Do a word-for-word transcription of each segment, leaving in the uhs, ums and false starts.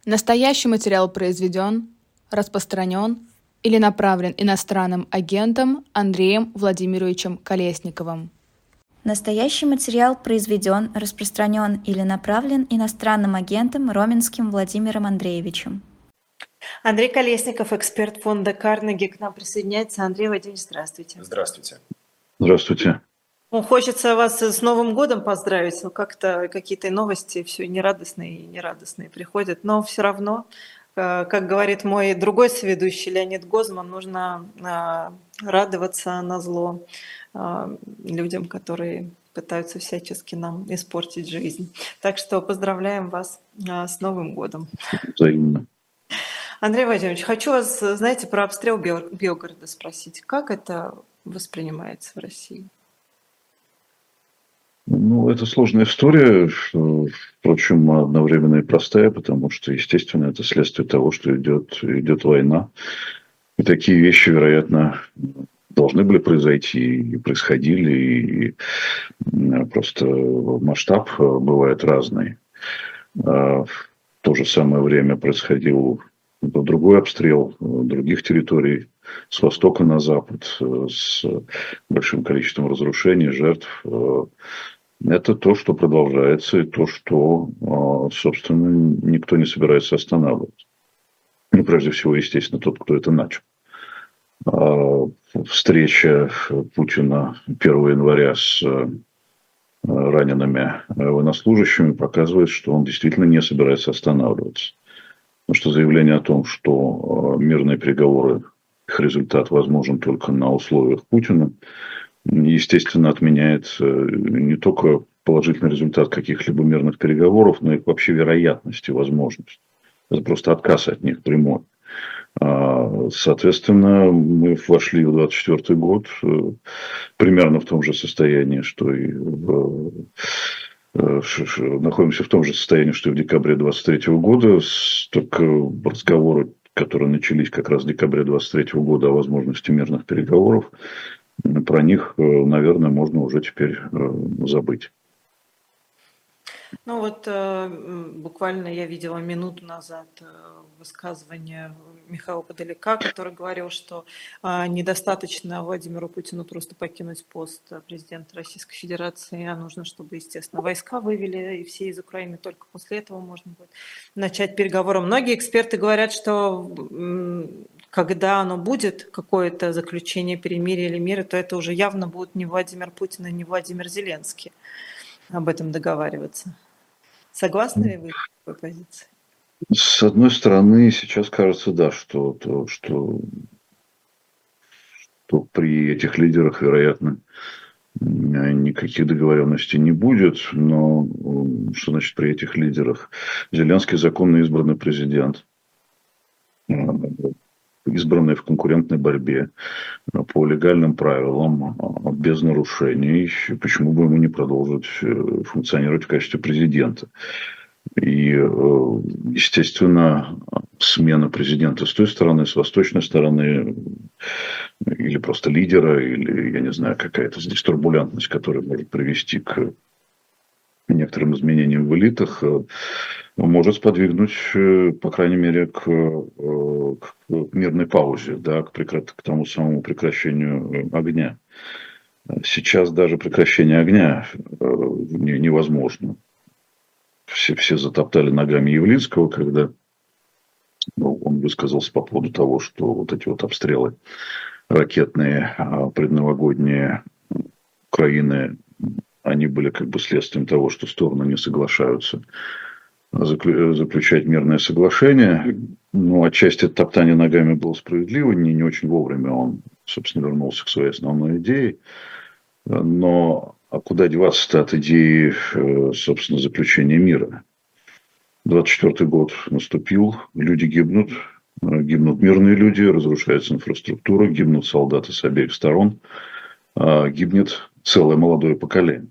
Настоящий материал произведен, распространен или направлен иностранным агентом Андреем Владимировичем Колесниковым. Настоящий материал произведен, распространен или направлен иностранным агентом Роменским Владимиром Андреевичем. Андрей Колесников, эксперт фонда Карнеги, к нам присоединяется. Андрей Владимирович, здравствуйте. Здравствуйте. Здравствуйте. Ну, хочется вас с Новым годом поздравить, но как-то какие-то новости все нерадостные и нерадостные приходят, но все равно, как говорит мой другой соведущий Леонид Гозман, нужно радоваться назло людям, которые пытаются всячески нам испортить жизнь. Так что поздравляем вас с Новым годом. Взаимно. Андрей Владимирович, хочу вас, знаете, про обстрел Белгорода спросить. Как это воспринимается в России? Ну, это сложная история, впрочем, одновременно и простая, потому что, естественно, это следствие того, что идет, идет война. И такие вещи, вероятно, должны были произойти и происходили, и просто масштаб бывает разный. В то же самое время происходил другой обстрел других территорий с востока на запад, с большим количеством разрушений, жертв. Это то, что продолжается, и то, что, собственно, никто не собирается останавливать. Ну, прежде всего, естественно, тот, кто это начал. Встреча Путина первого января с ранеными военнослужащими показывает, что он действительно не собирается останавливаться. Потому что заявление о том, что мирные переговоры, их результат возможен только на условиях Путина, естественно, отменяет не только положительный результат каких-либо мирных переговоров, но и вообще вероятность и возможность. Это просто отказ от них прямой. Соответственно, мы вошли в двадцать четвёртый год примерно в том же состоянии, что и в, находимся в том же состоянии, что и в декабре двадцать третьего года. Только разговоры, которые начались как раз в декабре двадцать третьего года о возможности мирных переговоров, про них, наверное, можно уже теперь забыть. Ну вот буквально я видела минуту назад высказывание Михаила Подоляка, который говорил, что недостаточно Владимиру Путину просто покинуть пост президента Российской Федерации, а нужно, чтобы, естественно, войска вывели, и все из Украины, только после этого можно будет начать переговоры. Многие эксперты говорят, что когда оно будет, какое-то заключение перемирия или мира, то это уже явно будет не Владимир Путин и не Владимир Зеленский об этом договариваться. Согласны ли вы с такой позицией? С одной стороны, сейчас кажется, да, что, то, что, что при этих лидерах, вероятно, никаких договоренностей не будет. Но что значит при этих лидерах? Зеленский законно избранный президент, избранный в конкурентной борьбе, по легальным правилам, без нарушений. Почему бы ему не продолжить функционировать в качестве президента? И, естественно, смена президента с той стороны, с восточной стороны, или просто лидера, или, я не знаю, какая-то здесь турбулентность, которая может привести к некоторым изменениям в элитах, может сподвигнуть, по крайней мере, к, к мирной паузе, да, к, прекра... к тому самому прекращению огня. Сейчас даже прекращение огня невозможно. Все, все затоптали ногами Явлинского, когда ну, он высказался по поводу того, что вот эти вот обстрелы ракетные, предновогодние Украины, они были как бы следствием того, что стороны не соглашаются заключать мирное соглашение. Ну, отчасти это топтание ногами было справедливо, не, не очень вовремя он, собственно, вернулся к своей основной идее. Но а куда деваться-то от идеи, собственно, заключения мира? двадцать четвёртый год наступил, люди гибнут, гибнут мирные люди, разрушается инфраструктура, гибнут солдаты с обеих сторон, гибнет целое молодое поколение.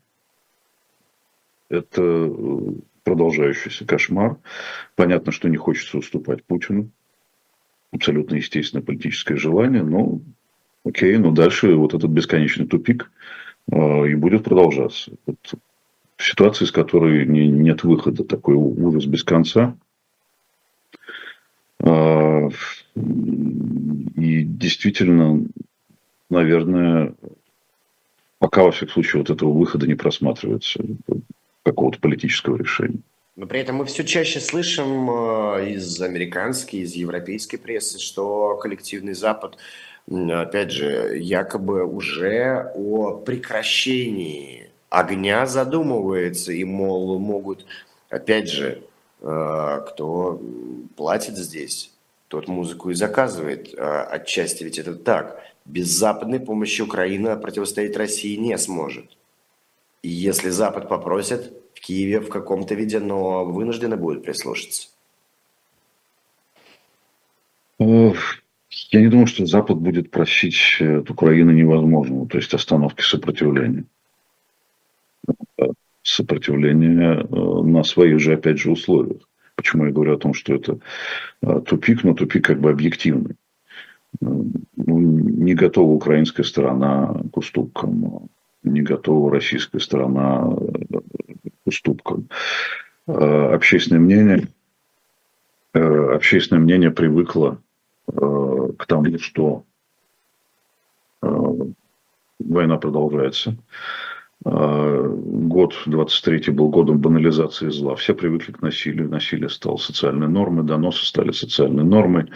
Это продолжающийся кошмар. Понятно, что не хочется уступать Путину. Абсолютно естественное политическое желание. Но окей, но дальше вот этот бесконечный тупик э, и будет продолжаться. Вот ситуация, из которой не, нет выхода, такой ужас без конца. И действительно, наверное, пока, во всяком случае, вот этого выхода не просматривается, какого-то политического решения. Но при этом мы все чаще слышим из американской, из европейской прессы, что коллективный Запад, опять же, якобы уже о прекращении огня задумывается, и, мол, могут, опять же, кто платит здесь, тот музыку и заказывает. Отчасти ведь это так. Без западной помощи Украина противостоять России не сможет. И если Запад попросит в Киеве в каком-то виде, но вынуждены будут прислушаться. Я не думаю, что Запад будет просить от Украины невозможного, то есть остановки сопротивления. Сопротивление на своих же, опять же, условиях. Почему я говорю о том, что это тупик, но тупик как бы объективный. Ну, не готова украинская сторона к уступкам, не готова российская сторона к уступкам. Общественное мнение, общественное мнение привыкло к тому, что война продолжается. Год двадцать третий был годом банализации зла. Все привыкли к насилию. Насилие стало социальной нормой, доносы стали социальной нормой.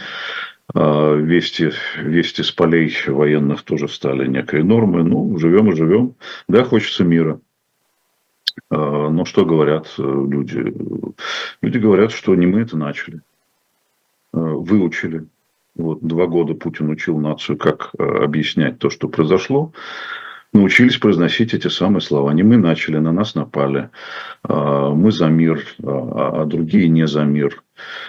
Вести, вести с полей военных тоже стали некой нормой. Ну, живем и живем. Да, хочется мира. Но что говорят люди? Люди говорят, что не мы это начали. Выучили. Вот два года Путин учил нацию, как объяснять то, что произошло. Научились произносить эти самые слова. Не мы начали, на нас напали. Мы за мир, а другие не за мир.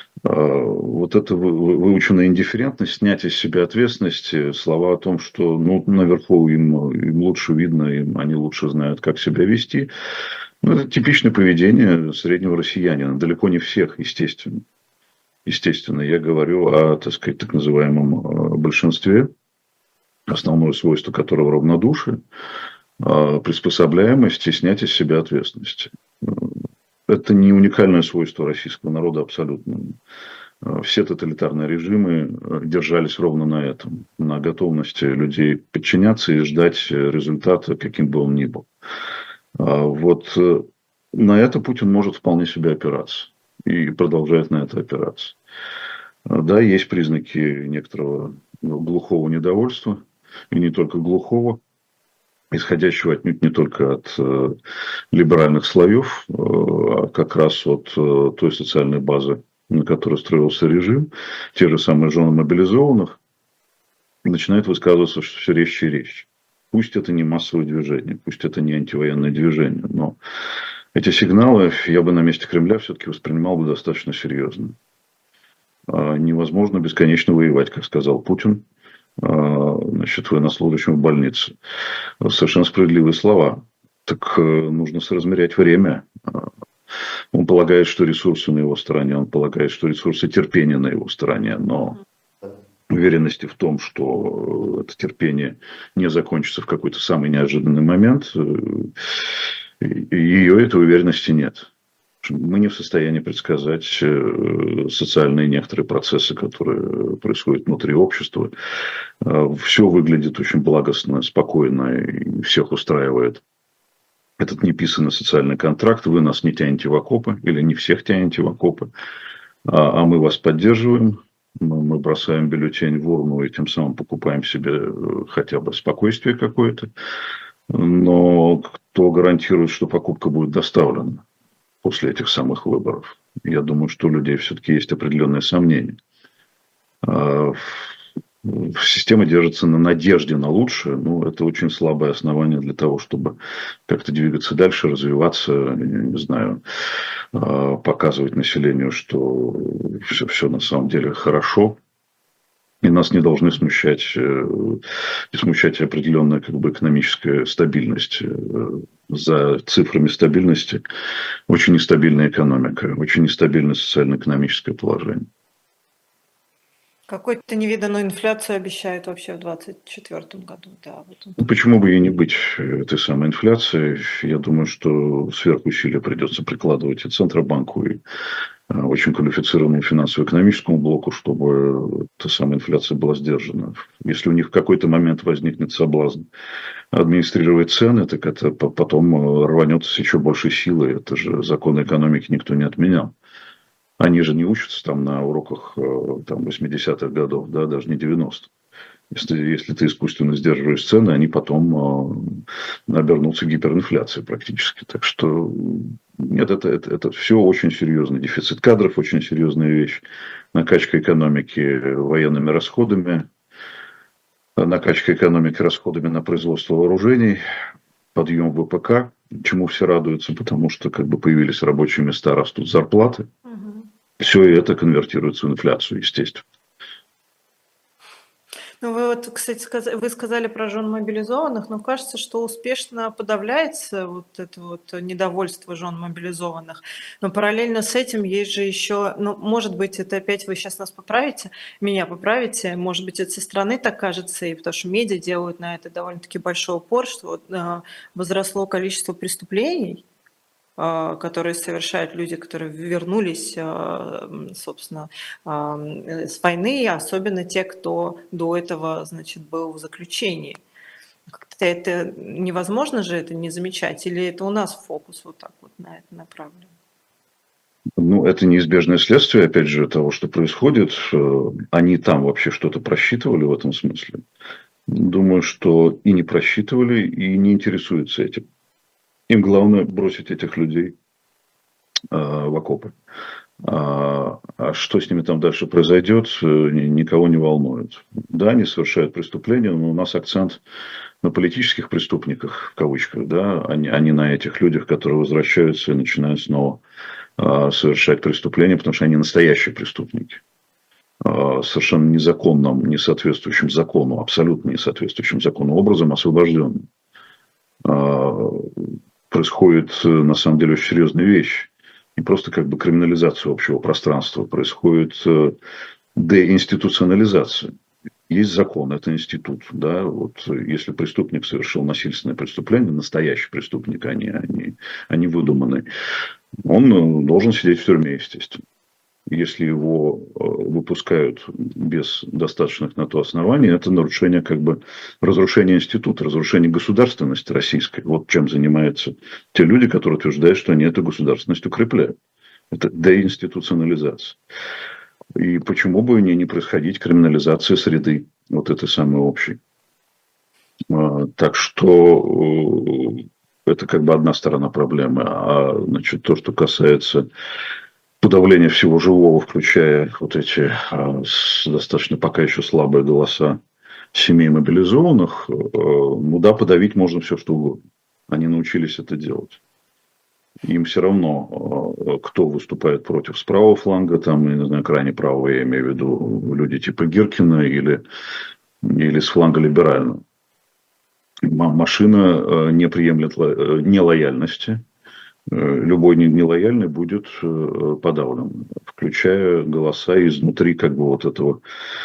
Вот эта выученная индифферентность, снятие с себя ответственности, слова о том, что ну, наверху им, им лучше видно, им, они лучше знают, как себя вести. Ну, это типичное поведение среднего россиянина. Далеко не всех, естественно. Естественно, я говорю о, так сказать, так называемом большинстве, основное свойство которого равнодушие, приспособляемость и снятие с себя ответственности. Это не уникальное свойство российского народа абсолютно. Все тоталитарные режимы держались ровно на этом, на готовности людей подчиняться и ждать результата, каким бы он ни был. Вот на это Путин может вполне себе опираться и продолжает на это опираться. Да, есть признаки некоторого глухого недовольства, и не только глухого, исходящего отнюдь не только от э, либеральных слоев, э, а как раз от э, той социальной базы, на которой строился режим, те же самые жены мобилизованных, начинают высказываться все резче и резче. Пусть это не массовое движение, пусть это не антивоенное движение, но эти сигналы я бы на месте Кремля все-таки воспринимал бы достаточно серьезно. Э, невозможно бесконечно воевать, как сказал Путин, значит, военнослужащим в больнице. Совершенно справедливые слова. Так нужно соразмерять время. Он полагает, что ресурсы на его стороне, он полагает, что ресурсы терпения на его стороне, но уверенности в том, что это терпение не закончится в какой-то самый неожиданный момент, ее этой уверенности нет. Мы не в состоянии предсказать социальные некоторые процессы, которые происходят внутри общества. Все выглядит очень благостно, спокойно и всех устраивает. Этот неписанный социальный контракт. Вы нас не тянете в окопы или не всех тянете в окопы, а мы вас поддерживаем. Мы бросаем бюллетень в урну и тем самым покупаем себе хотя бы спокойствие какое-то. Но кто гарантирует, что покупка будет доставлена после этих самых выборов? Я думаю, что у людей все-таки есть определенные сомнения. Система держится на надежде на лучшее. Ну, это очень слабое основание для того, чтобы как-то двигаться дальше, развиваться, не знаю, показывать населению, что все, все на самом деле хорошо. И нас не должны смущать, не смущать определенная как бы, экономическая стабильность. За цифрами стабильности очень нестабильная экономика, очень нестабильное социально-экономическое положение. Какую-то невиданную инфляцию обещают вообще в двадцать четвёртом году. Да, вот он. Ну, почему бы и не быть этой самой инфляцией? Я думаю, что сверхусилия придется прикладывать и Центробанку, и очень квалифицированному финансово-экономическому блоку, чтобы та самая инфляция была сдержана. Если у них в какой-то момент возникнет соблазн администрировать цены, так это потом рванется с еще большей силой. Это же законы экономики никто не отменял. Они же не учатся там на уроках там, восьмидесятых годов, да, даже не девяностых. Если, если ты искусственно сдерживаешь цены, они потом э, обернутся гиперинфляцией практически. Так что нет, это, это, это все очень серьезный дефицит кадров, очень серьезная вещь. Накачка экономики военными расходами, накачка экономики расходами на производство вооружений, подъем ВПК, чему все радуются, потому что как бы появились рабочие места, растут зарплаты. Угу. Все это конвертируется в инфляцию, естественно. Ну, вы вот, кстати, сказали, вы сказали про жен мобилизованных, но кажется, что успешно подавляется вот это вот недовольство жен мобилизованных. Но параллельно с этим есть же еще, ну, может быть, это опять вы сейчас нас поправите, меня поправите, может быть, это со стороны так кажется, и потому что медиа делают на это довольно-таки большой упор, что вот, э, возросло количество преступлений, которые совершают люди, которые вернулись, собственно, с войны, особенно те, кто до этого, значит, был в заключении. Как-то это невозможно же это не замечать, или это у нас фокус вот так вот на это направлен? Ну, это неизбежное следствие, опять же, того, что происходит. Они там вообще что-то просчитывали в этом смысле. Думаю, что и не просчитывали, и не интересуются этим. Им главное бросить этих людей э, в окопы. А, а что с ними там дальше произойдет, никого не волнует. Да, они совершают преступления, но у нас акцент на политических преступниках, в кавычках, да, а не, а не на этих людях, которые возвращаются и начинают снова э, совершать преступления, потому что они настоящие преступники. Э, совершенно незаконным, не соответствующим закону, абсолютно не соответствующим закону образом освобожденным. Э, происходит, на самом деле, очень серьезная вещь. Не просто как бы криминализация общего пространства, происходит деинституционализация. Есть закон, это институт. Да? Вот если преступник совершил насильственное преступление, настоящий преступник, а не, а не, а не выдуманный, он должен сидеть в тюрьме, естественно. Если его выпускают без достаточных на то оснований, это нарушение, как бы, разрушение института, разрушение государственности российской. Вот чем занимаются те люди, которые утверждают, что они эту государственность укрепляют. Это деинституционализация. И почему бы не, не происходить криминализация среды, вот этой самой общей. Так что это как бы одна сторона проблемы. А значит, то, что касается подавление всего живого, включая вот эти а, достаточно пока еще слабые голоса семей мобилизованных, а, ну да, подавить можно все, что угодно. Они научились это делать. Им все равно, а, кто выступает против с правого фланга, там, я не знаю, крайне правого, я имею в виду люди типа Гиркина или, или с фланга либерального. Машина не приемлет нелояльности. Любой нелояльный будет подавлен, включая голоса изнутри как бы вот этого,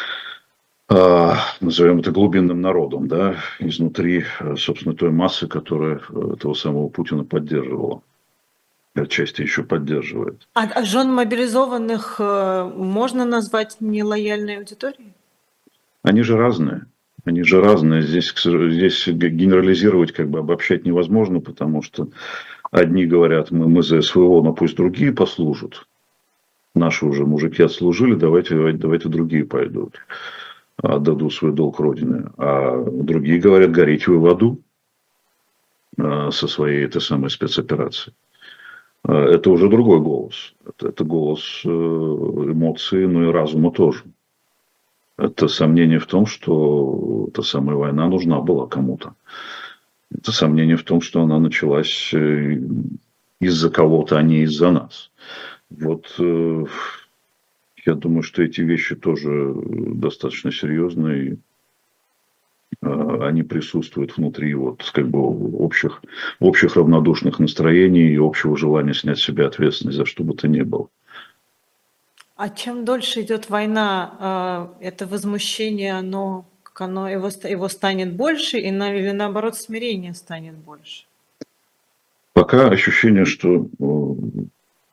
назовем это глубинным народом, да, изнутри, собственно, той массы, которая этого самого Путина поддерживала, отчасти еще поддерживает. А, а жен мобилизованных можно назвать нелояльной аудиторией? Они же разные. Они же разные. Здесь, здесь генерализировать, как бы обобщать невозможно, потому что одни говорят, мы, мы за СВО, но пусть другие послужат. Наши уже мужики отслужили, давайте, давайте, давайте другие пойдут, отдадут свой долг Родине. А другие говорят, горите вы в аду со своей этой самой спецоперацией. Это уже другой голос. Это, это голос эмоций, но и разума тоже. Это сомнение в том, что эта самая война нужна была кому-то. Это сомнение в том, что она началась из-за кого-то, а не из-за нас. Вот я думаю, что эти вещи тоже достаточно серьезные. Они присутствуют внутри вот, как бы, общих, общих равнодушных настроений и общего желания снять с себя ответственность за что бы то ни было. А чем дольше идет война, это возмущение, оно, как оно его, его станет больше, и на, или наоборот смирение станет больше? Пока ощущение, что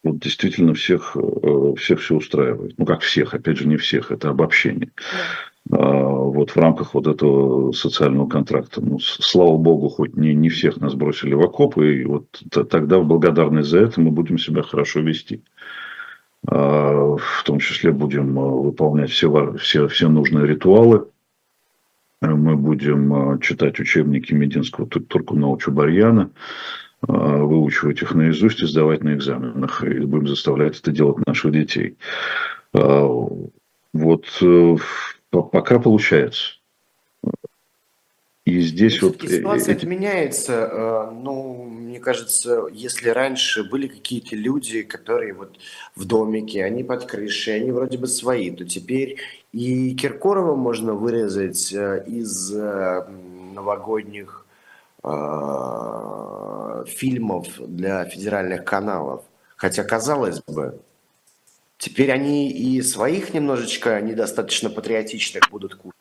вот действительно всех, э, всех все устраивает. Ну, как всех, опять же, не всех, это обобщение. Да. А, вот в рамках вот этого социального контракта. Ну, с- слава богу, хоть не, не всех нас бросили в окопы, и вот т- тогда в благодарность за это мы будем себя хорошо вести. А, в том числе будем э, выполнять все, ва- все, все нужные ритуалы. Э, Мы будем э, читать учебники Мединского Тур- Туркуна Чубарьяна, э, выучивать их наизусть и сдавать на экзаменах. И будем заставлять это делать наших детей. А, Вот э, по- пока получается. И Ну, здесь вот все-таки э, э, ситуация эти... меняется. э, Ну, мне кажется, если раньше были какие-то люди, которые вот в домике, они под крышей, они вроде бы свои, то теперь и Киркорова можно вырезать э, из э, м, новогодних э, фильмов для федеральных каналов. Хотя, казалось бы, теперь они и своих немножечко недостаточно патриотичных будут кушать.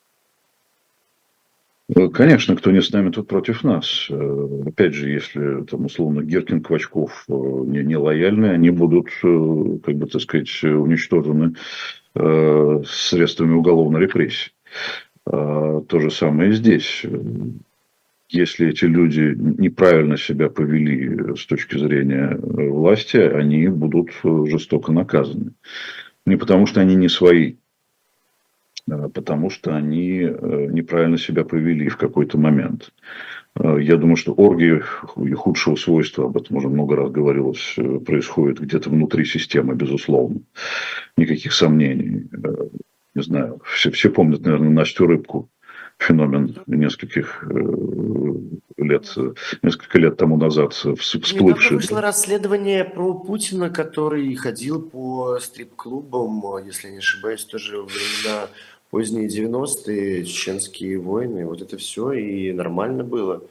э, Конечно, кто не с нами, тот против нас. Э, Опять же, если там условно Гиркин, Квачков э, не, не лояльны, они будут, э, как бы так сказать, э, уничтожены э, средствами уголовной репрессии. А, То же самое и здесь. Если эти люди неправильно себя повели с точки зрения э, власти, они будут э, жестоко наказаны. Не потому, что они не свои, а потому что они э, неправильно себя повели в какой-то момент. Э, Я думаю, что оргии и худшего свойства, об этом уже много раз говорилось, э, происходит где-то внутри системы, безусловно. Никаких сомнений. Э, Не знаю, все, все помнят, наверное, Настю Рыбку, феномен нескольких э, лет, э, несколько лет тому назад вс- Недавно всплывший. вышло Да? расследование про Путина, который ходил по стрип-клубам, если не ошибаюсь, тоже во времена поздние девяностые, чеченские войны. Вот это все и нормально было.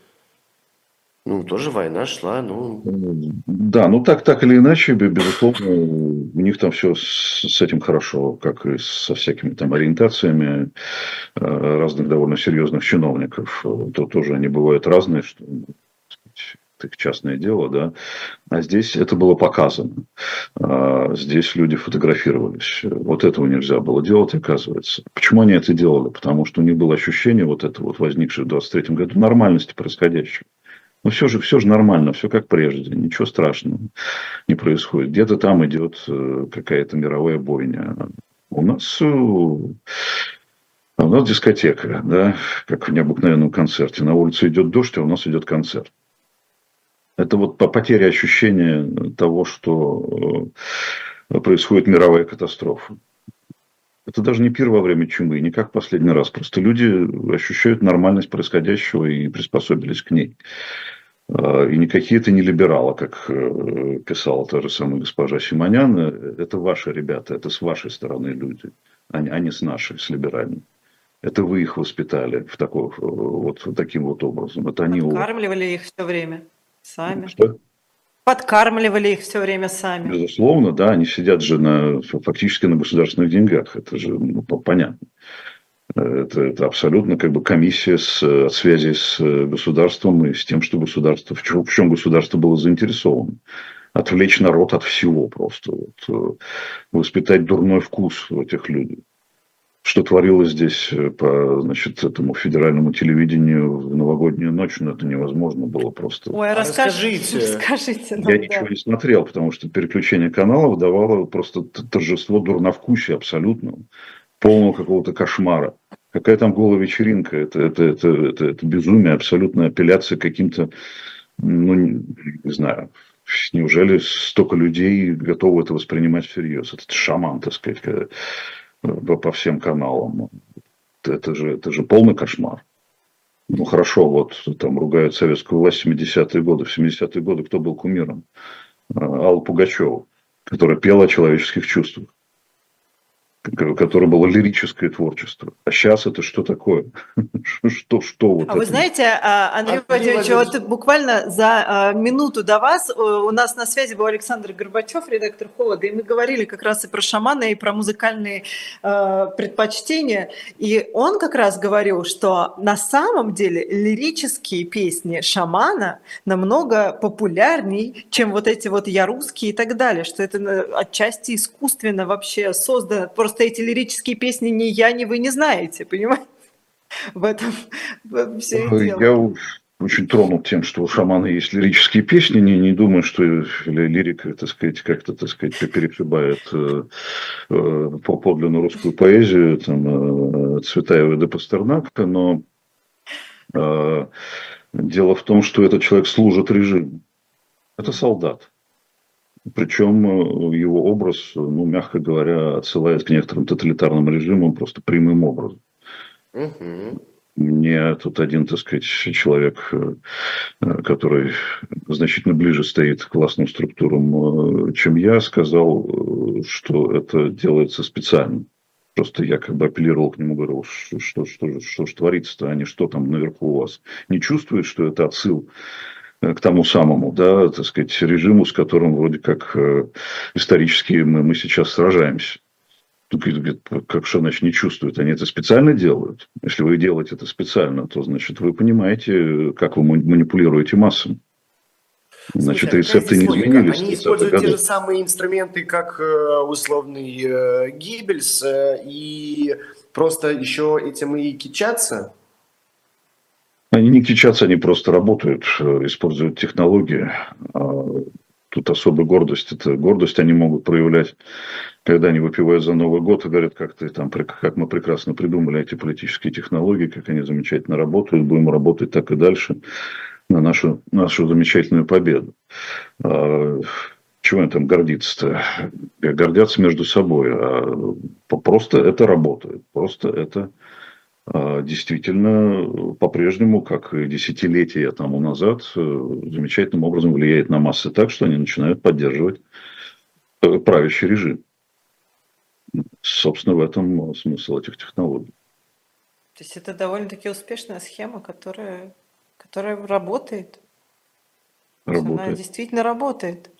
Ну, тоже война шла, ну, Да, ну так, так или иначе, бе- безусловно, у них там все с, с этим хорошо, как и со всякими там ориентациями э, разных довольно серьезных чиновников. Э, То тоже они бывают разные, что ну, так сказать, это их частное дело, да. А здесь это было показано. А здесь люди фотографировались. Вот этого нельзя было делать, оказывается. Почему они это делали? Потому что у них было ощущение вот это вот возникшее в двадцать третьем году нормальности происходящего. Но все же, все же нормально, все как прежде, ничего страшного не происходит. Где-то там идет э, какая-то мировая бойня. У нас, э, у нас дискотека, да, как в необыкновенном концерте. На улице идет дождь, а у нас идет концерт. Это вот по потере ощущения того, что э, происходит мировая катастрофа. Это даже не пир во время чумы, не как последний раз. Просто люди ощущают нормальность происходящего и приспособились к ней. А, И никакие это не либералы, как э, писала та же самая госпожа Симонян. Это ваши ребята, это с вашей стороны люди, а не, а не с нашей, с либеральной. Это вы их воспитали в такой, э, вот таким вот образом. Это они у вас. Подкармливали их все время сами. Что? Подкармливали их все время сами. Безусловно, да, они сидят же на, фактически на государственных деньгах. Это же ну, по- понятно. Это, это абсолютно как бы комиссия с, от связи с государством и с тем, что государство, в чем, в чем государство было заинтересовано. Отвлечь народ от всего просто. Вот, э, воспитать дурной вкус в этих людях. Что творилось здесь э, по значит, этому федеральному телевидению в новогоднюю ночь, ну, это невозможно было просто. Ой, а расскажите, расскажите. расскажите нам, Я да. ничего не смотрел, потому что переключение каналов давало просто т- торжество дурновкусия абсолютного, полного какого-то кошмара. Какая там голая вечеринка? Это, это, это, это, это безумие, абсолютная апелляция к каким-то, ну, не, не знаю, неужели столько людей готовы это воспринимать всерьез? Это шаман, так сказать, к- по, по всем каналам. Это же, это же полный кошмар. Ну, хорошо, вот там ругают советскую власть в семидесятые годы. В семидесятые годы кто был кумиром? А, Алла Пугачева, которая пела о человеческих чувствах. которое было лирическое творчество. А сейчас это что такое? Что, что вот А это? вы знаете, а, Андрей Андрей Владимирович, Владимирович. вот буквально за а, минуту до вас э, у нас на связи был Александр Горбачев, редактор «Холода», и мы говорили как раз и про шамана, и про музыкальные э, предпочтения. И он как раз говорил, что на самом деле лирические песни шамана намного популярней, чем вот эти вот «Я русский» и так далее, что это э, отчасти искусственно вообще создано. Просто эти лирические песни ни я, ни вы не знаете, понимаете? В этом все и дело. Я очень тронут тем, что у шамана есть лирические песни. Не, не думаю, что лирика, так сказать, как-то, так сказать, перешибает э, э, по подлинную русскую поэзию, там, э, Цветаева до Пастернака, но э, дело в том, что этот человек служит режиму. Это солдат. Причем его образ, ну, мягко говоря, отсылает к некоторым тоталитарным режимам просто прямым образом. Угу. Мне тут один, так сказать, человек, который значительно ближе стоит к властным структурам, чем я, сказал, что это делается специально. Просто я как бы апеллировал к нему, говорил, что, что, что, что же творится-то, а не что там наверху у вас. Не чувствует, что это отсыл к тому самому, да, так сказать, режиму, с которым вроде как исторически мы, мы сейчас сражаемся. Как что, значит, не чувствуют? Они это специально делают. Если вы делаете это специально, то, значит, вы понимаете, как вы манипулируете массами. Значит, Слушай, рецепты не изменились. Они используют те же самые инструменты, как условный Геббельс, и просто еще этим и кичатся? Они не кичатся, они просто работают, используют технологии. Тут особая гордость. Это гордость они могут проявлять, когда они выпивают за Новый год и говорят, как, ты, там, как мы прекрасно придумали эти политические технологии, как они замечательно работают, будем работать так и дальше на нашу, нашу замечательную победу. А, чего они там гордиться-то? Гордятся между собой. А просто это работает. Просто это а, действительно по-прежнему, как и десятилетия тому назад, замечательным образом влияет на массы так, что они начинают поддерживать правящий режим. Собственно, в этом смысл этих технологий. То есть это довольно-таки успешная схема, которая, которая работает. Работает. Она действительно работает.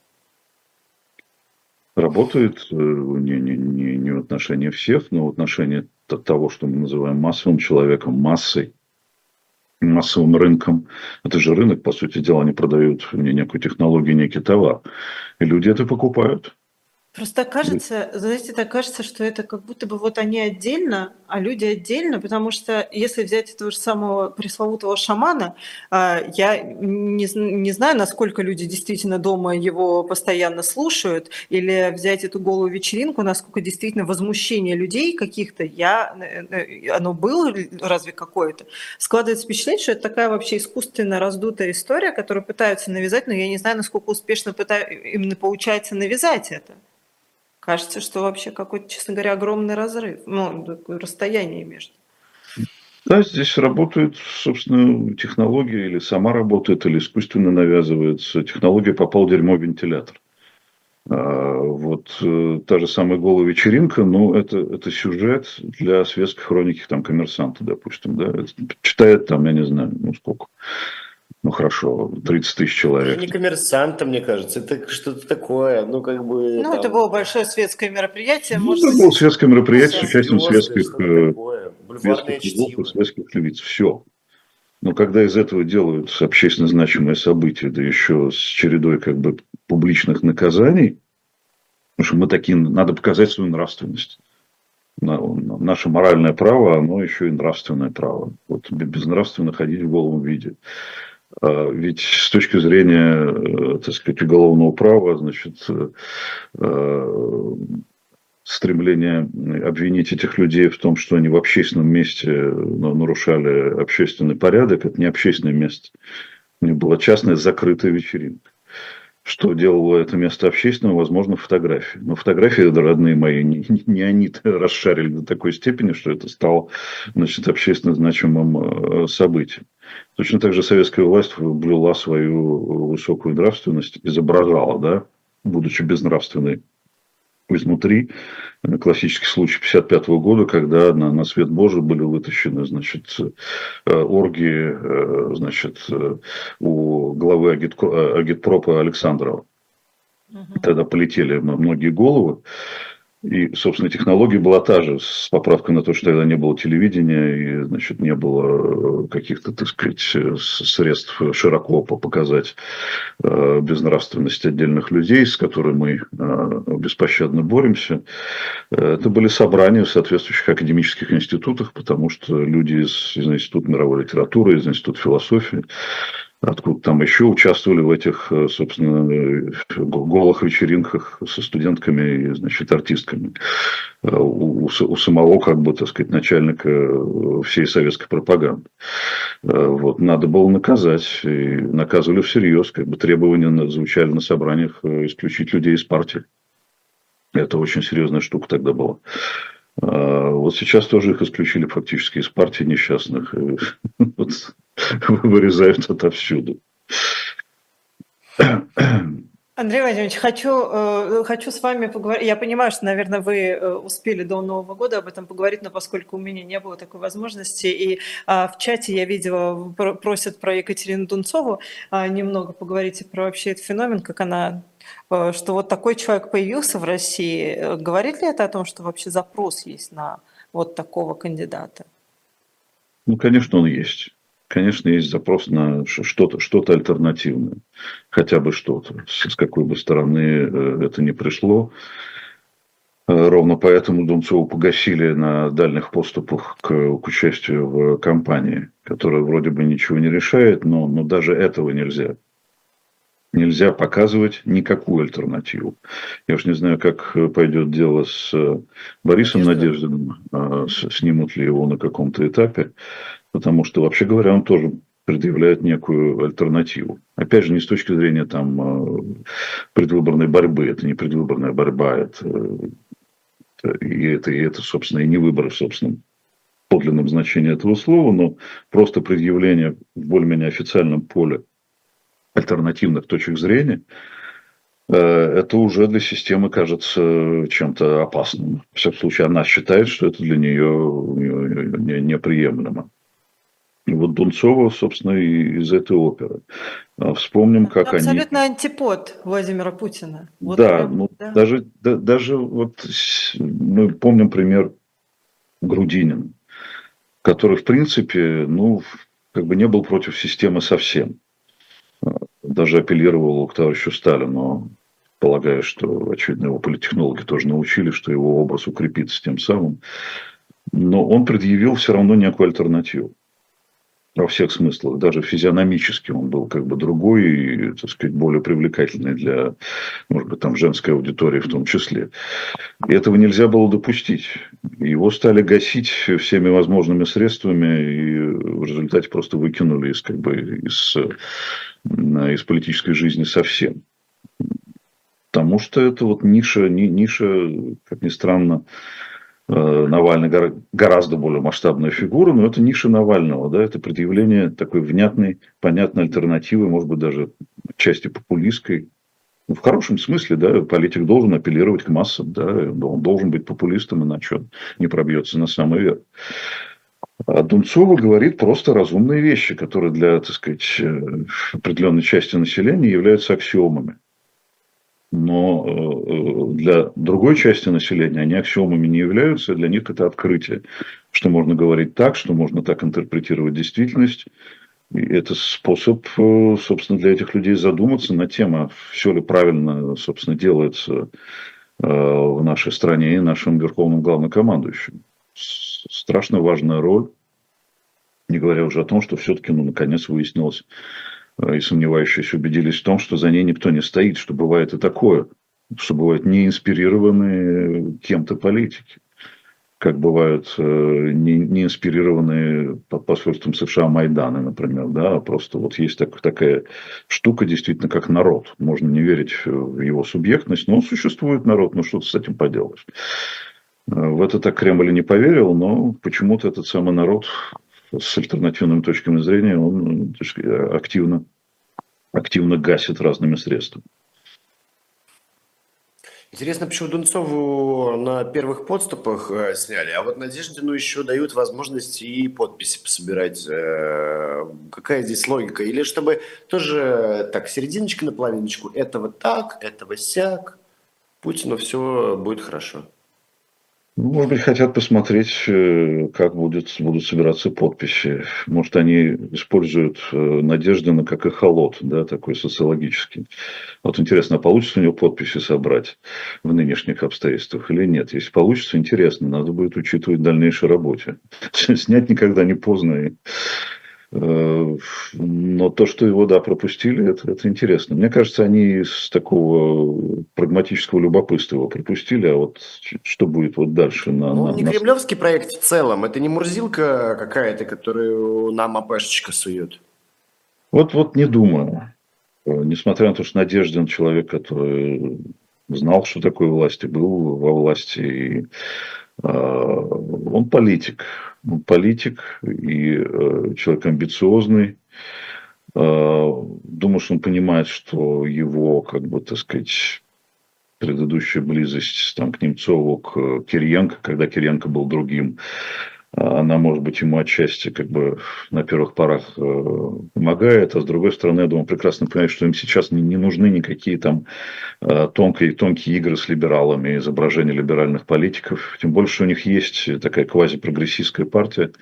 Работает не, не, не, не в отношении всех, но в отношении того, что мы называем массовым человеком, массой, массовым рынком. Это же рынок, по сути дела, они продают мне некую технологию, некий товар. И люди это покупают. Просто кажется, знаете, так кажется, что это как будто бы вот они отдельно, а люди отдельно, потому что если взять этого же самого пресловутого шамана, я не, не знаю, насколько люди действительно дома его постоянно слушают, или взять эту голую вечеринку, насколько действительно возмущение людей каких-то, я, оно было разве какое-то? Складывается впечатление, что это такая вообще искусственно раздутая история, которую пытаются навязать, но я не знаю, насколько успешно пытаются, именно получается навязать это. Кажется, что вообще какой-то, честно говоря, огромный разрыв, ну, такое расстояние между. Да, здесь работает, собственно, технология, или сама работает, или искусственно навязывается. Технология попал в дерьмо вентилятор. А, вот э, та же самая голая вечеринка, ну, это, это сюжет для светской хроники, там, «Коммерсанта», допустим, да, это читает там, я не знаю, ну, сколько. Ну, хорошо, тридцать тысяч человек. Это не «Коммерсанта», мне кажется, это что-то такое, ну, как бы... Ну, там... это было большое светское мероприятие. Ну, может это быть... было светское мероприятие с участием Звезды, светских, э, бульварное светских чтиво. светских лиц. Все. Но когда из этого делают общественно значимое событие, да еще с чередой как бы публичных наказаний, потому что мы такие, надо показать свою нравственность. Наше моральное право, оно еще и нравственное право. Вот безнравственно ходить в голом виде. Ведь с точки зрения, так сказать, уголовного права, значит, стремление обвинить этих людей в том, что они в общественном месте нарушали общественный порядок, это не общественное место. У них была частная закрытая вечеринка. Что делало это место общественным, возможно, фотографии. Но фотографии, родные мои, не, не они-то расшарили до такой степени, что это стало, значит, общественно значимым событием. Точно так же советская власть блюла свою высокую нравственность, изображала, да, будучи безнравственной, изнутри. Классический случай пятьдесят пятого года, когда на, на свет Божий были вытащены, значит, оргии, значит, у главы агитпропа Александрова. Тогда полетели многие головы. И, собственно, технология была та же, с поправкой на то, что тогда не было телевидения и, значит, не было каких-то, так сказать, средств широко показать безнравственность отдельных людей, с которыми мы беспощадно боремся. Это были собрания в соответствующих академических институтах, потому что люди из, из Института мировой литературы, из Института философии, откуда там еще участвовали в этих, собственно, голых вечеринках со студентками и, значит, артистками. У, у самого, как бы, так сказать, начальника всей советской пропаганды. Вот, надо было наказать. И наказывали всерьез. Как бы требования звучали на собраниях исключить людей из партии. Это очень серьезная штука тогда была. Вот сейчас тоже их исключили фактически из партии несчастных. Вот, вырезают отовсюду. Андрей Владимирович, хочу, хочу с вами поговорить. Я понимаю, что, наверное, вы успели до Нового года об этом поговорить, но поскольку у меня не было такой возможности, и в чате я видела, просят про Екатерину Дунцову немного поговорить про вообще этот феномен, как она, что вот такой человек появился в России. Говорит ли это о том, что вообще запрос есть на вот такого кандидата? Ну, конечно, он есть. Конечно, есть запрос на что-то, что-то альтернативное, хотя бы что-то, с какой бы стороны это ни пришло. Ровно поэтому Дунцову погасили на дальних поступах к, к участию в кампании, которая вроде бы ничего не решает, но, но даже этого нельзя. Нельзя показывать никакую альтернативу. Я уж не знаю, как пойдет дело с Борисом Надеждиным, снимут ли его на каком-то этапе. Потому что, вообще говоря, он тоже предъявляет некую альтернативу. Опять же, не с точки зрения там, предвыборной борьбы. Это не предвыборная борьба. Это, это, и, это, и это, собственно, и не выборы в собственном подлинном значении этого слова, но просто предъявление в более-менее официальном поле альтернативных точек зрения, это уже для системы кажется чем-то опасным. В всяком случае, она считает, что это для нее неприемлемо. И вот Дунцова, собственно, из этой оперы. Вспомним, как это абсолютно они... антипод Владимира Путина. Вот да, прям, ну, да, даже, да, даже вот мы помним пример Грудинина, который, в принципе, ну, как бы не был против системы совсем. Даже апеллировал к товарищу Сталину, полагая, что, очевидно, его политтехнологи тоже научили, что его образ укрепится тем самым. Но он предъявил все равно некую альтернативу. Во всех смыслах, даже физиономически он был как бы другой и, так сказать, более привлекательный для, может быть, там женской аудитории в том числе. И этого нельзя было допустить. Его стали гасить всеми возможными средствами и в результате просто выкинули из, как бы, из, из политической жизни совсем. Потому что это вот ниша, ниша, как ни странно, Навальный гораздо более масштабная фигура, но это ниша Навального, да, это предъявление такой внятной, понятной альтернативы, может быть, даже части популистской. Ну, в хорошем смысле, да, политик должен апеллировать к массам, да, он должен быть популистом, иначе он не пробьется на самый верх. А Дунцова говорит просто разумные вещи, которые для, так сказать, определенной части населения являются аксиомами. Но для другой части населения они аксиомами не являются, для них это открытие, что можно говорить так, что можно так интерпретировать действительность. И это способ, собственно, для этих людей задуматься на тему, все ли правильно, собственно, делается в нашей стране и нашим верховным главнокомандующим. Страшно важная роль, не говоря уже о том, что все-таки, ну, наконец выяснилось, и сомневающиеся убедились в том, что за ней никто не стоит, что бывает и такое, что бывают не инспирированные кем-то политики, как бывают не, не инспирированные под посольством США Майданы, например, да, просто вот есть так, такая штука действительно как народ, можно не верить в его субъектность, но он существует народ, ну что ты с этим поделаешь. В это так Кремль не поверил, но почему-то этот самый народ с альтернативными точками зрения, он активно, активно гасит разными средствами. Интересно, почему Дунцову на первых подступах э, сняли, а вот Надеждину еще дают возможность и подписи пособирать. Э, какая здесь логика? Или чтобы тоже так, серединочка на половиночку, этого так, этого сяк, Путину все будет хорошо. Ну, может быть, хотят посмотреть, э, как будет, будут собираться подписи. Может, они используют э, Надеждина как эхолот, да, такой социологический. Вот интересно, а получится у него подписи собрать в нынешних обстоятельствах или нет? Если получится, интересно, надо будет учитывать в дальнейшей работе. Снять никогда не поздно. И, э, но то, что его, да, пропустили, это, это интересно. Мне кажется, они с такого прагматического любопытства его пропустили, а вот что будет вот дальше на... Ну, на, он не на... кремлевский проект в целом, это не Мурзилка какая-то, которую нам АПшечка сует. Вот, вот не думаю. Несмотря на то, что Надеждин человек, который знал, что такое власть, и был во власти, и, э, он политик. Он политик и э, человек амбициозный. Э, думаю, что он понимает, что его, как бы, так сказать, предыдущая близость там, к Немцову, к Кириенко, когда Кириенко был другим, она, может быть, ему отчасти как бы на первых порах помогает, а с другой стороны, я думаю, прекрасно понимает, что им сейчас не, не нужны никакие там тонкие, тонкие игры с либералами, изображения либеральных политиков, тем больше, что у них есть такая квазипрогрессистская партия,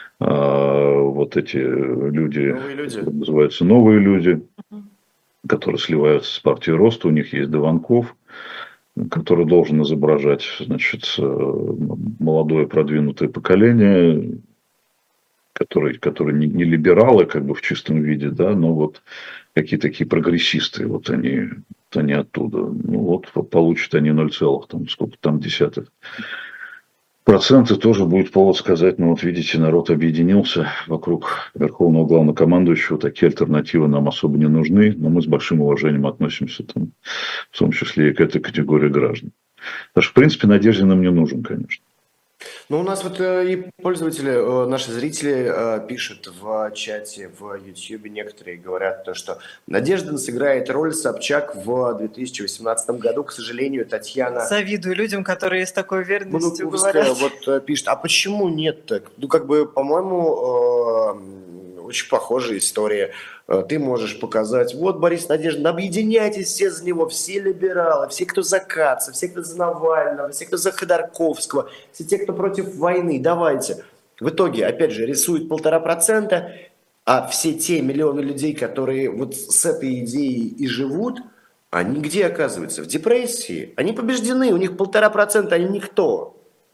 вот эти люди, Новые люди. называются новые люди, которые сливаются с партией роста, у них есть Дованков, который должен изображать, значит, молодое продвинутое поколение, которые, которые не, не либералы как бы в чистом виде, да, но вот какие такие прогрессисты, вот они, вот они оттуда. Ну вот получат они ноль целых там сколько там десятых. Проценты тоже будет повод сказать, ну вот видите, народ объединился вокруг верховного главнокомандующего, такие альтернативы нам особо не нужны, но мы с большим уважением относимся там, в том числе и к этой категории граждан. Потому что, в принципе, Надеждин нам не нужен, конечно. Ну, у нас вот э, и пользователи, э, наши зрители э, пишут в чате, в Ютьюбе, некоторые говорят, то, что Надеждин сыграет роль Собчак в две тысячи восемнадцатом году. К сожалению, Татьяна... Завидую людям, которые с такой уверенностью Мануковская говорят. вот э, пишет, а почему нет так? Ну, как бы, по-моему, э, очень похожая история. Э, Ты можешь показать, вот Борис Надеждин, объединяйтесь все за него, все либералы, все, кто за Каца, все, кто за Навального, все, кто за Ходорковского, все те, кто против войны, давайте. В итоге, опять же, рисуют полтора процента, а все те миллионы людей, которые вот с этой идеей и живут, они где оказываются? В депрессии. Они побеждены, у них полтора процента, они никто.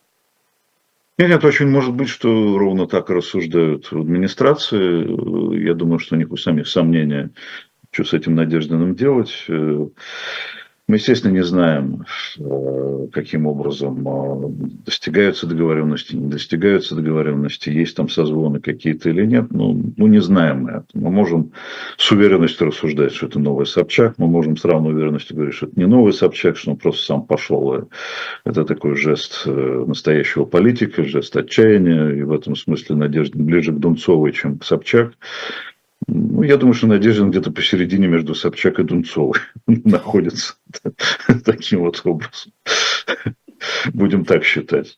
Нет, нет, очень может быть, что ровно так и рассуждают в администрации. Я думаю, что у них у самих сомнения, что с этим Надеждиным делать. Мы, естественно, не знаем, каким образом достигаются договоренности, не достигаются договоренности, есть там созвоны какие-то или нет. Ну, ну не знаем мы это. Мы можем с уверенностью рассуждать, что это новый Собчак, мы можем с равной уверенностью говорить, что это не новый Собчак, что он просто сам пошел. Это такой жест настоящего политика, жест отчаяния, и в этом смысле Надежда ближе к Дунцовой, чем к Собчак. Ну, я думаю, что Надеждин где-то посередине между Собчак и Дунцовой находится таким вот образом. Будем так считать.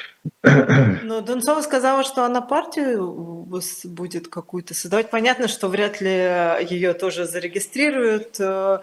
Но Дунцова сказала, что она партию будет какую-то создавать. Понятно, что вряд ли ее тоже зарегистрируют,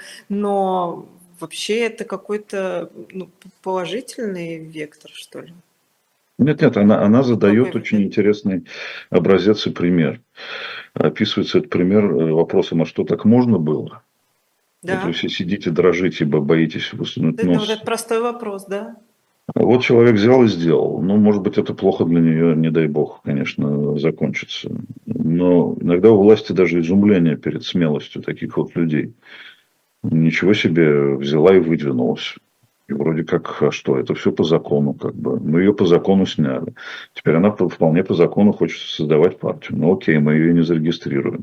но вообще это какой-то ну, положительный вектор, что ли. Нет, нет, она, она задает Какой очень вектор? интересный образец и пример. Описывается этот пример вопросом, а что так можно было? Да. Вот вы все сидите, дрожите, боитесь высунуть Это нос. вот этот простой вопрос, да? Вот человек взял и сделал. Ну, может быть, это плохо для нее, не дай бог, конечно, закончится. Но иногда у власти даже изумление перед смелостью таких вот людей. Ничего себе, взяла и выдвинулась. И вроде как, а что, это все по закону, как бы. Мы ее по закону сняли. Теперь она вполне по закону хочет создавать партию. Ну, окей, мы ее не зарегистрируем.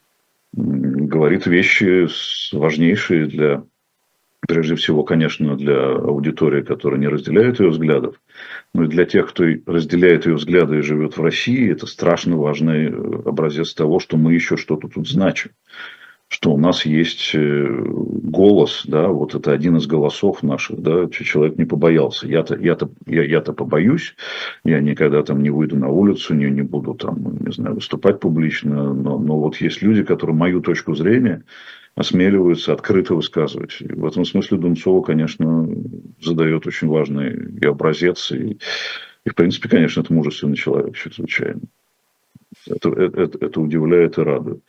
Говорит вещи важнейшие для, прежде всего, конечно, для аудитории, которая не разделяет ее взглядов. Но и для тех, кто разделяет ее взгляды и живет в России, это страшно важный образец того, что мы еще что-то тут значим. что у нас есть голос, да, вот это один из голосов наших, да, человек не побоялся. Я-то, я-то, я, я-то побоюсь, я никогда там не выйду на улицу, не, не буду там, не знаю, выступать публично, но, но вот есть люди, которые мою точку зрения осмеливаются открыто высказывать. И в этом смысле Дунцова, конечно, задает очень важный и образец, и, и в принципе, конечно, это мужественный человек, чрезвычайно. Это, это, это удивляет и радует.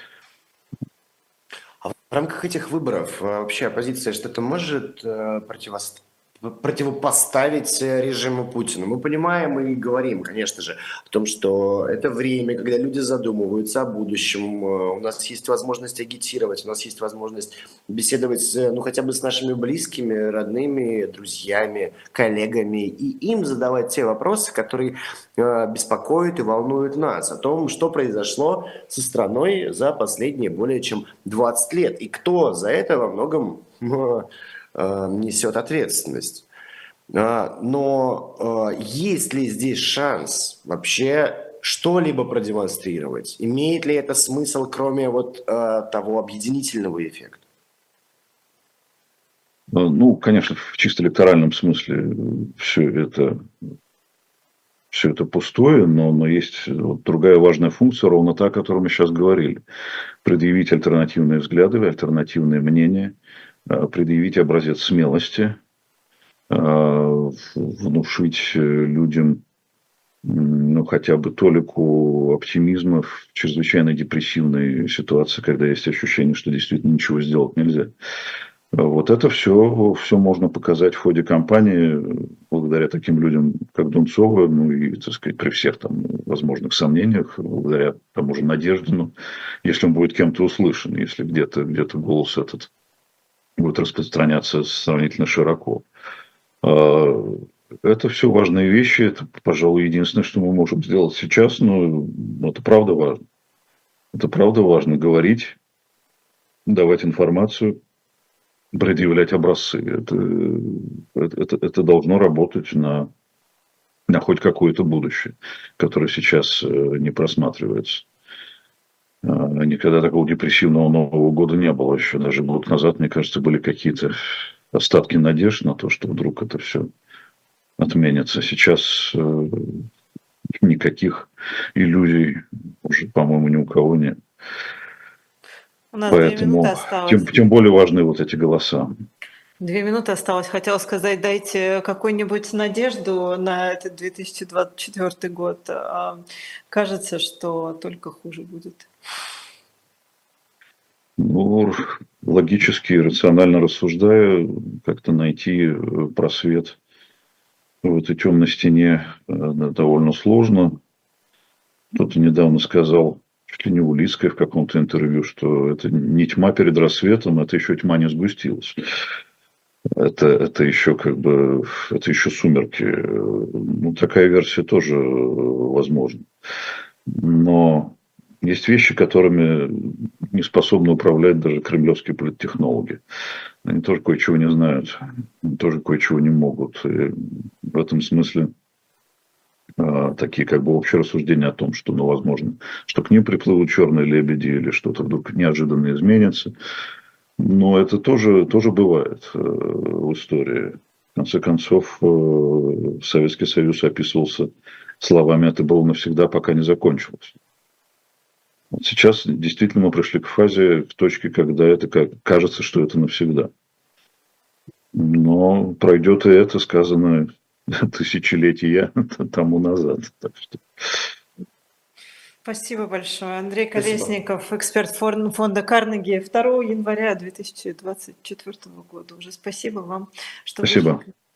А в рамках этих выборов вообще оппозиция что-то может противостоять? противопоставить режиму Путина. Мы понимаем и говорим, конечно же, о том, что это время, когда люди задумываются о будущем, у нас есть возможность агитировать, у нас есть возможность беседовать, ну, хотя бы с нашими близкими, родными, друзьями, коллегами, и им задавать те вопросы, которые беспокоят и волнуют нас, о том, что произошло со страной за последние более чем двадцать лет, и кто за это во многом несет ответственность. Но есть ли здесь шанс вообще что-либо продемонстрировать? Имеет ли это смысл, кроме вот того объединительного эффекта? Ну, конечно, в чисто электоральном смысле все это, все это пустое, но, но есть вот другая важная функция, ровно та, о которой мы сейчас говорили. Предъявить альтернативные взгляды, альтернативные мнения, предъявить образец смелости, внушить людям, ну, хотя бы толику оптимизма в чрезвычайно депрессивной ситуации, когда есть ощущение, что действительно ничего сделать нельзя. Вот это все, все можно показать в ходе кампании благодаря таким людям, как Дунцова, ну и, так сказать, при всех там возможных сомнениях, благодаря тому же Надеждину, если он будет кем-то услышан, если где-то, где-то голос этот будет распространяться сравнительно широко. Это все важные вещи. Это, пожалуй, единственное, что мы можем сделать сейчас. Но это правда важно. Это правда важно говорить, давать информацию, предъявлять образцы. Это, это, это должно работать на, на хоть какое-то будущее, которое сейчас не просматривается. Никогда такого депрессивного Нового года не было еще. Даже год назад, мне кажется, были какие-то остатки надежд на то, что вдруг это все отменится. Сейчас э, никаких иллюзий уже, по-моему, ни у кого нет. У нас Поэтому две минуты осталось. Тем, тем более важны вот эти голоса. Две минуты осталось. Хотела сказать, дайте какую-нибудь надежду на этот две тысячи двадцать четвёртый год. Кажется, что только хуже будет. Ну, логически, рационально рассуждая, как-то найти просвет в этой темной стене довольно сложно. Кто-то недавно сказал, чуть ли не Улицкая в каком-то интервью, что это не тьма перед рассветом, это еще тьма не сгустилась. Это, это еще как бы, это еще сумерки. Ну, такая версия тоже возможна. Но есть вещи, которыми не способны управлять даже кремлевские политтехнологи. Они тоже кое-чего не знают, они тоже кое-чего не могут. И в этом смысле а, такие как бы общие рассуждения о том, что, ну, возможно, что к ним приплывут черные лебеди или что-то вдруг неожиданно изменится. Но это тоже, тоже бывает э, в истории. В конце концов, э, Советский Союз описывался словами «это было навсегда, пока не закончилось». Вот сейчас действительно мы пришли к фазе, к точке, когда это кажется, что это навсегда. Но пройдет и это, сказано тысячелетия тому назад. Так что... Спасибо большое. Андрей Колесников, спасибо. Эксперт фонда Карнеги, второго января две тысячи двадцать четвёртого года. Уже спасибо вам, что спасибо. Вышли.